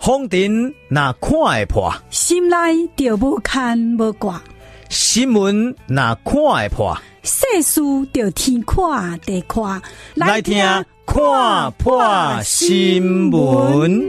风尘若看会破， 心内就无牵无挂； 新闻若看会破， 世事就天看地看。 来听看破新闻。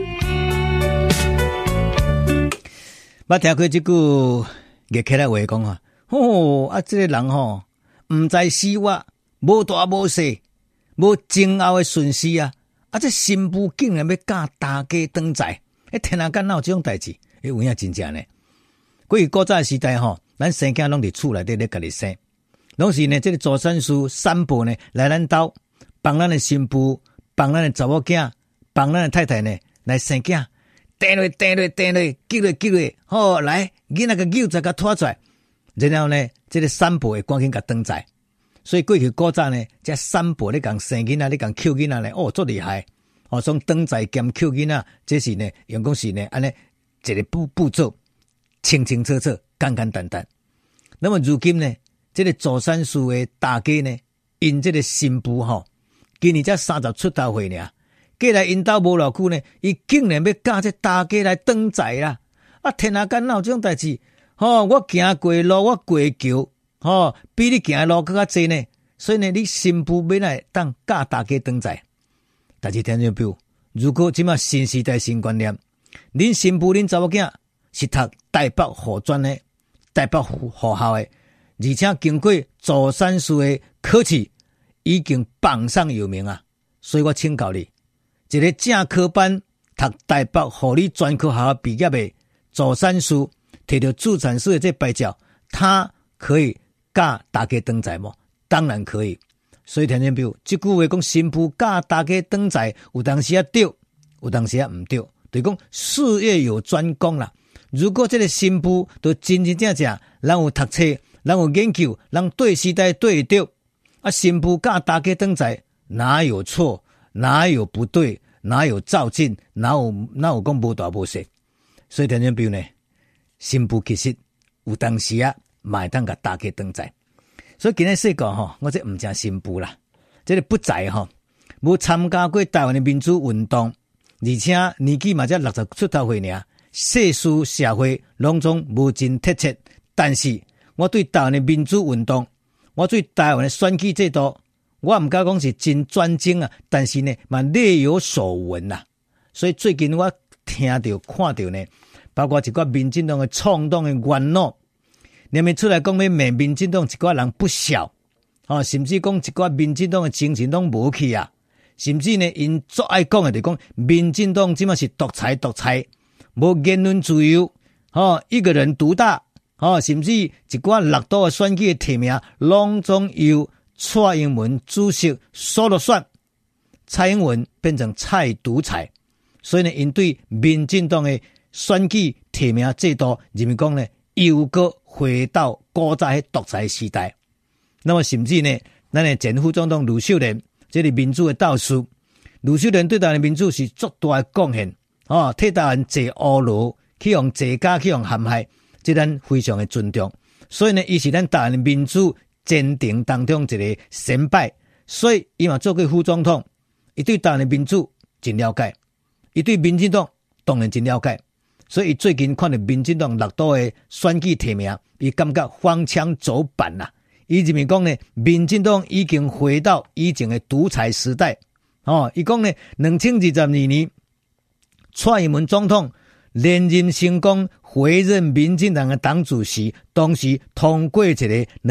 捌听过这句热起来话讲啊，这个人唔知死活，无大无小，无前后的顺序啊！这新妇竟然要嫁大家当财，天哪，干哪有这种代志？有影真正呢？过去古早时代咱生囝拢伫厝内底咧家己生，拢是呢，这个祖产师三伯呢来咱兜帮咱的新妇，帮咱的查某囝，帮咱的太太呢来生囝，蹬落，激落，来囡仔个扭才甲拖出来，然后呢，这个三伯会赶紧甲当财。所以过去古早呢，这三伯咧讲生囡仔，咧讲捡囡仔呢，足厉害。从当财兼捡囡仔，这是呢，用讲是呢，安尼一个步骤，清清楚楚，简简单单。那么如今呢，这个祖产师的大家呢，因这个新妇今年才30出头岁呢，过来因兜无偌久呢，伊竟然要嫁这大家来当财啦！天啊，干哪有这种代志？我行过路，我过桥。比你行的路更加多呢，所以呢，你新妇要来当嫁大家当财。但是听众朋友，如果即马新时代新观念，恁新妇恁查某囝是读台北护专的、台北护校的，而且经过祖产师的考试，已经榜上有名啊。所以我请教你，一个正科班读台北护理专科学校毕业的祖产师，摕到助产士的这牌照，他可以嫁大家当财吗？当然可以。所以听众朋友，这句话讲新妇嫁大家当财，有当时对，有当时唔对，就是讲术业有专攻啦。如果这个新妇都真真正正，人有读册，人有研究，人对时代对得对，新妇嫁大家当财，哪有错？哪有不对？哪有照进？哪有讲无大无小？所以听众朋友呢，新妇其实有当时嘛会当甲大家当财。所以今日说过我这唔正新妇啦，这个不才无参加过台湾的民主运动，而且年纪嘛才60出头岁尔，世事社会拢总无真贴切。但是我对台湾的民主运动，我对台湾的选举制度，我唔敢讲是真专精啊，但是呢嘛略有所闻啦。所以最近我听到看到呢，包括一个民进党的创党的元老，你们出来讲要骂民进党一寡人不孝，甚至讲一寡民进党的精神拢无去啊，甚至呢因最爱讲的就讲民进党即马是独裁，无言论自由，一个人独大，甚至一寡6都的选举的提名，拢总由蔡英文主席说了算，蔡英文变成蔡独裁，所以呢，因对民进党的选举提名制度，认为讲呢，又个回到古早的独裁时代。那么甚至呢，咱的前副总统卢秀莲，这是民主的导师，卢秀莲对台湾的民主是足大的贡献，替台湾坐乌牢，去用坐假，去用陷害，这咱非常的尊重。所以呢，伊是咱台湾的民主前程当中一个先辈，所以伊嘛做过副总统，伊对台湾的民主真了解，伊对民进党当然真了解。所以最近看到民进党6都的选举提名，伊感觉荒腔走板啦。伊认为讲呢，民进党已经回到以前的独裁时代。伊讲呢，2022年蔡英文总统连任成功，回任民进党的党主席，同时通过一个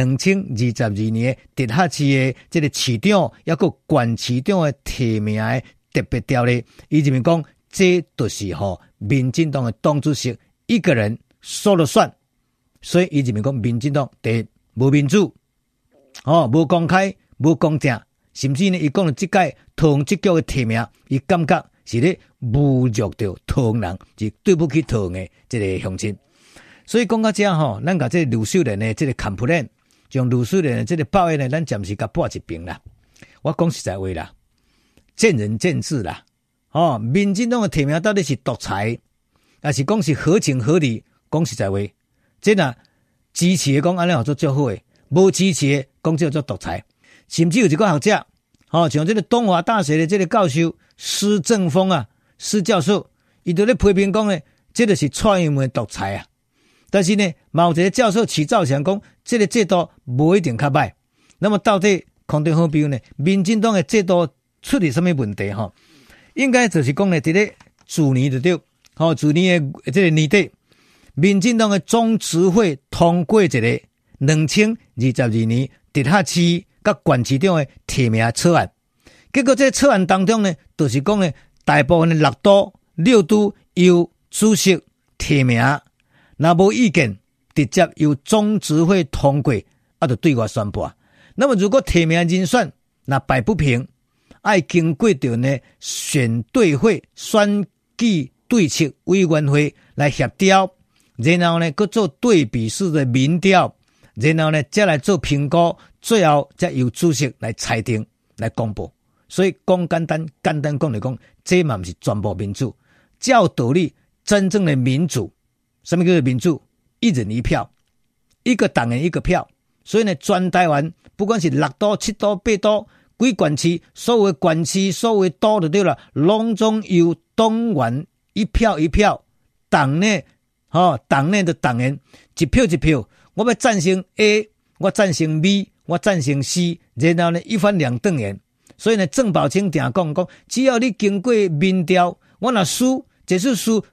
2022年的直辖市的这个市长，也个县市长的提名的特别条例。伊认为讲，这就是民进党的党主席一个人说了算，所以伊认为讲民进党第一无民主，无公开，无公正，甚至呢，伊讲了这届桃这局的提名，伊感觉是咧侮辱到桃人，是对不起桃的这个乡亲。所以讲到这咱甲这卢秀莲的这个 complaint， 将卢秀莲的这个报案呢，咱暂时甲拨一边啦。我讲实在话啦，见仁见智啦。民进党的提名到底是独裁，还是讲是合情合理？讲实在话，这若支持的讲安尼叫做最好的，无支持的讲叫做独裁。甚至有一个学者，像这个东华大学的这个教授施正峰施教授， 伊就咧批评讲呢，这就是蔡英文独裁啊。但是呢，嘛有一个教授起造想讲，这个制度无一定较歹。那么到底空中好比呢？民进党的制度出了什么问题哈？应该就是讲呢，伫咧去年就对，去年的这个年底，民进党的中执会通过一个2022年直辖市甲县市长的提名草案。结果这草案当中呢，就是讲呢，大部分的6都由主席提名，若无意见，直接由中执会通过，就对外宣布。那么如果提名人选若败不平，要经过着呢选对会选举对策委员会来协调，然后呢搁做对比式的民调，然后呢再来做评估，最后再由主席来裁定来公布。所以讲简单讲来讲，这嘛不是全部民主。照道理，真正的民主，什么叫做民主？一人一票，一个党员一个票。所以呢，全台湾不管是6都、7都、8都，几县市，所有的县市、所有的都就对了，拢总由党员一票一票，党内的党员一票一票，我要赞成 A， 我赞成 B， 我赞成 C， 然后呢一翻两瞪眼。所以呢，郑宝清定讲，只要你经过民调，我若输，即使输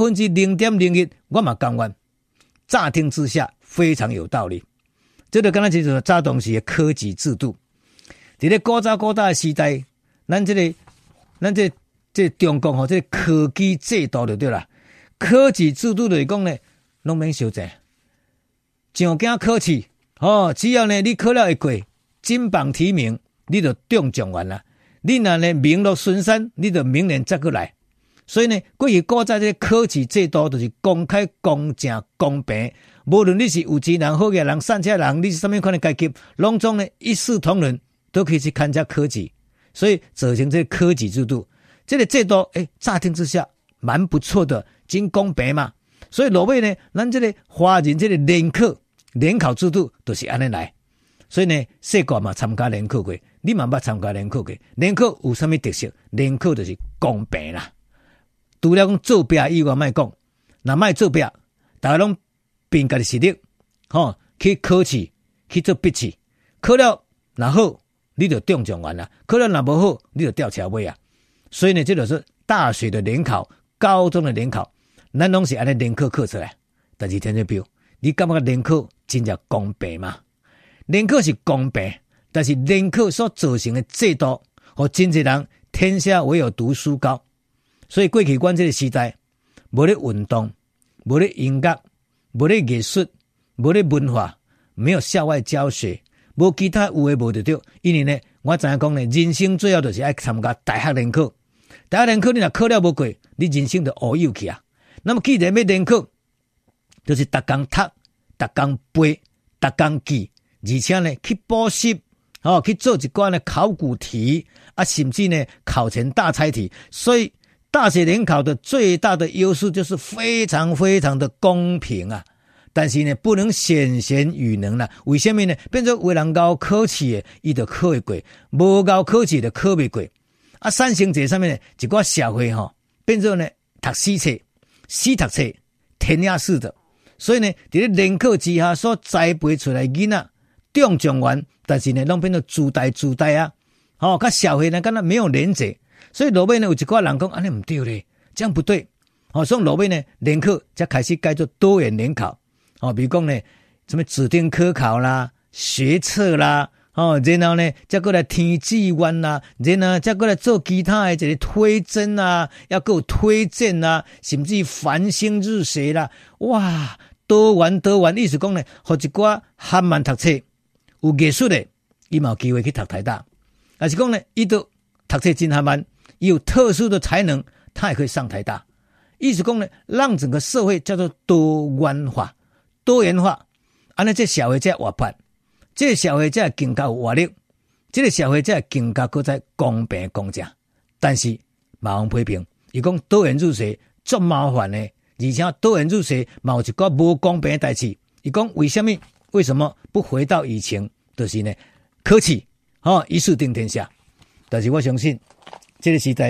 0.01%，我嘛甘愿。乍听之下非常有道理。这就刚才就是早当时的科举制度。在咧古早的时代，咱这中国这科举制度就对啦。科举制度就是讲呢，拢免收钱，上京考试，只要呢你考了会过，金榜题名，你就中状元啦。你若呢名落孙山，你就明年再过来。所以呢，过去古早这考试制度就是公开、公正、公平，无论你是有钱人、好嘅人、善车人，你是什么款的阶级，拢总呢一视同仁，都可以去参加科举。所以造成这个科举制度，这个制度乍听之下蛮不错的，真公平嘛。所以落尾呢，咱这个华人这个联考制度都是安尼来。所以呢，细个嘛参加联考过，你嘛捌参加联考过。联考有什么特色？联考就是公平啦。除了讲作弊以外，莫讲，若莫作弊，大家拢凭家己实力，去考试，去做笔试，考了若好，你就中状元啦；考了若无好，你就吊车尾啊。所以呢，这就是大学的联考、高中的联考，咱拢是安尼联考考出来。但是听众朋友，你感觉联考真正公平吗？联考是公平，但是联考所造成的制度，和真侪人天下唯有读书高。所以过去阮这个时代，无咧运动，无咧音乐，无咧艺术，无咧文化，没有校外教学，无其他有诶无就对。因为呢，我知影讲呢，人生最后就是爱参加大学联考。大学联考你若考了无过，你人生就乌有去啊。那么既然要联考，就是逐工读、逐工背、逐工记，而且呢去补习，去做一寡呢考古题啊，甚至呢考前大猜题，所以。大学联考的最大的优势就是非常非常的公平啊，但是呢不能显贤与能啦。为什么呢？变做有人高考试的，伊就考会过；无高考试的考袂过。啊，产生这上面呢，一寡社会变做呢读死册、死读册、填鸭式的。所以呢，在联考之下所栽培出来囡仔中状元，但是呢，拢变做自大啊，甲社会呢，敢若没有连结。所以落尾呢，有一寡人讲安尼唔对咧，这样不对。所以落尾呢，联考才开始改做多元联考。比如讲呢，什么指定科考啦、学测啦，然后呢，再过来填志愿啦，然后再过来做其他的这个推甄啊，要有推荐啊，甚至繁星日学啦，哇，多元，意思讲呢，和一寡汉漫读册有艺术的，伊嘛有机会去读台大，还是讲呢，伊都读册真汉漫。有特殊的才能，他也可以上台大。意思讲呢，让整个社会叫做多元化、多元化。安尼这社会才活泼，这社会才更加有活力，这个社会才更加搁在公平公正。但是马王批评，伊讲多元入学足麻烦的，而且多元入学嘛有一个无公平的代志。伊讲为什么不回到以前？就是呢，考试一试定天下。但是我相信。这个时代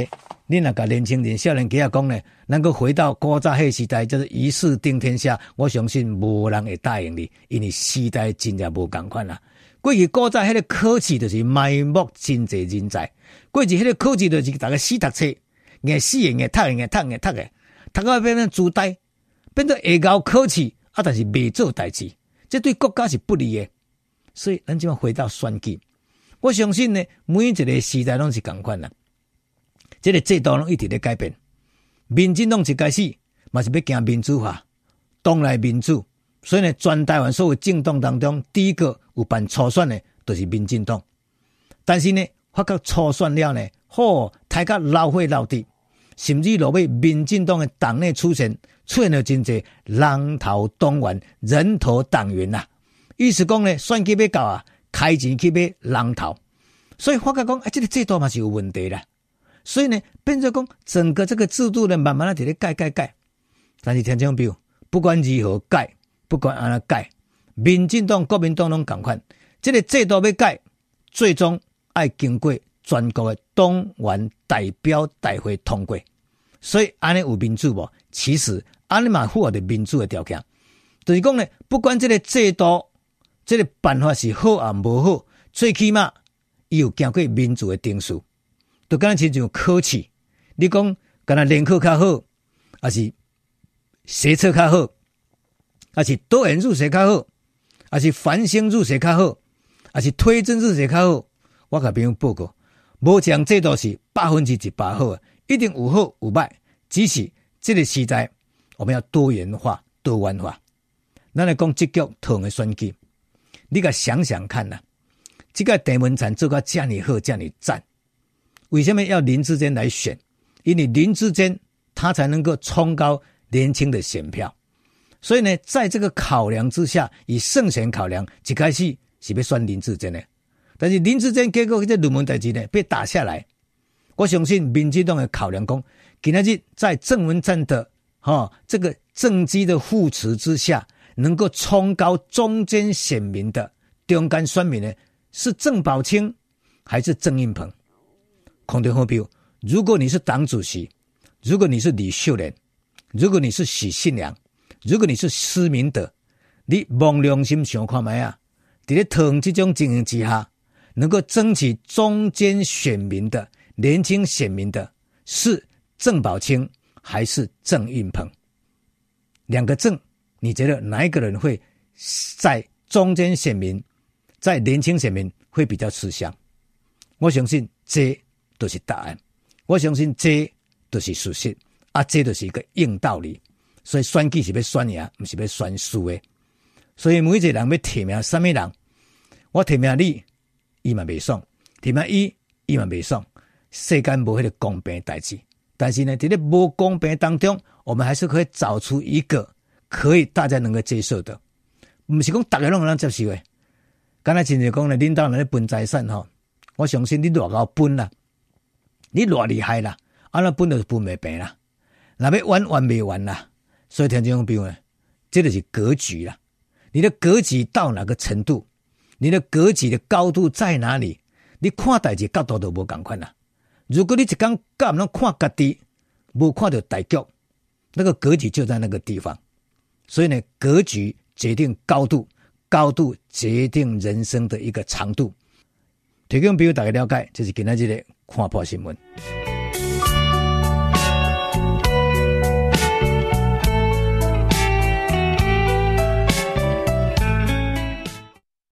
你若甲年轻人、少年家讲呢，能够回到古早迄时代，就是一试定天下，我相信无人会答应你，因为时代真正无共款啦。过去古早迄个考试就是埋没真侪人才，过去迄个考试就是大家死读册，硬死的、硬读的、硬读的、读的，读到变成猪呆，变做会晓考试，但是未做代志，这对国家是不利的。所以咱即马回到选举，我相信呢，每一个时代拢是共款啦。这个制度拢一直在改变，民进党一开始嘛是要行民主化，党内民主，所以呢，全台湾所有政党当中，第一个有办初选的，就是民进党。但是呢，发觉初选了呢，大家老火老底，甚至落尾民进党的党内出现了真侪人头党员、人头党员呐。意思讲呢，选举要到啊，开钱去买人头，所以发觉讲，这个制度嘛是有问题啦。所以呢，变成讲整个这个制度呢，慢慢的在改。但是听众朋友，不管如何改，不管安怎改，民进党、国民党拢同款，这个制度要改，最终要经过全国的党员代表大会通过。所以安尼有民主无？其实安尼嘛符合的民主的条件，就是讲呢，不管这个制度、这个办法是好啊无好，最起码伊有经过民主的定数。就敢若亲像考试，你讲敢若联考较好，还是学测较好，还是多元入学较好，还是繁星入学较好，还是推甄入学较好？我甲朋友报告，无一项制度是100%好的，一定有好有歹。只是这个时代，我们要多元化、多元化。咱来讲这局讨的选举，你甲想想看呐，这个郑文灿做到这么好，这么赞。为什么要林智坚来选？因为林智坚他才能够冲高年轻的选票。所以呢，在这个考量之下，以胜选考量，一开始是要选林智坚的。但是林智坚结果这论文代志呢被打下来。我相信民进党的考量讲，今天日在郑文灿的这个政绩的扶持之下，能够冲高中间选民的中间选民呢，是郑宝清还是郑运鹏？空中好比，如果你是党主席，如果你是李秀莲，如果你是许信良，如果你是施明德，你摸良心想看卖啊，在咧讨论这种情形之下，能够争取中间选民的年轻选民的是郑宝清还是郑运鹏？两个郑，你觉得哪一个人会在中间选民，在年轻选民会比较吃香？我相信这就是答案，我相信这就是事实啊，这就是一个硬道理。所以选举是要选赢，不是要选输的。所以每一个人要提名什么人，我提名你，伊嘛袂爽；提名伊嘛袂爽。世间无迄个公平的代志，但是呢，在这无公平当中，我们还是可以找出一个可以大家能够接受的，不是讲大家拢能接受的。刚才亲像讲呢，领导人咧分财产吼，我相信你偌高分啦。你偌厉害啦，安那本就是分袂平啦，若要玩袂完啦。所以听众朋友呢，这就是格局啦。你的格局到哪个程度，你的格局的高度在哪里，你看代志角度都无同款啦。如果你一天干拢看家己，无看到大局，那个格局就在那个地方。所以呢，格局决定高度，高度决定人生的一个长度。提供比如大家了解，这是今天这个看破新闻。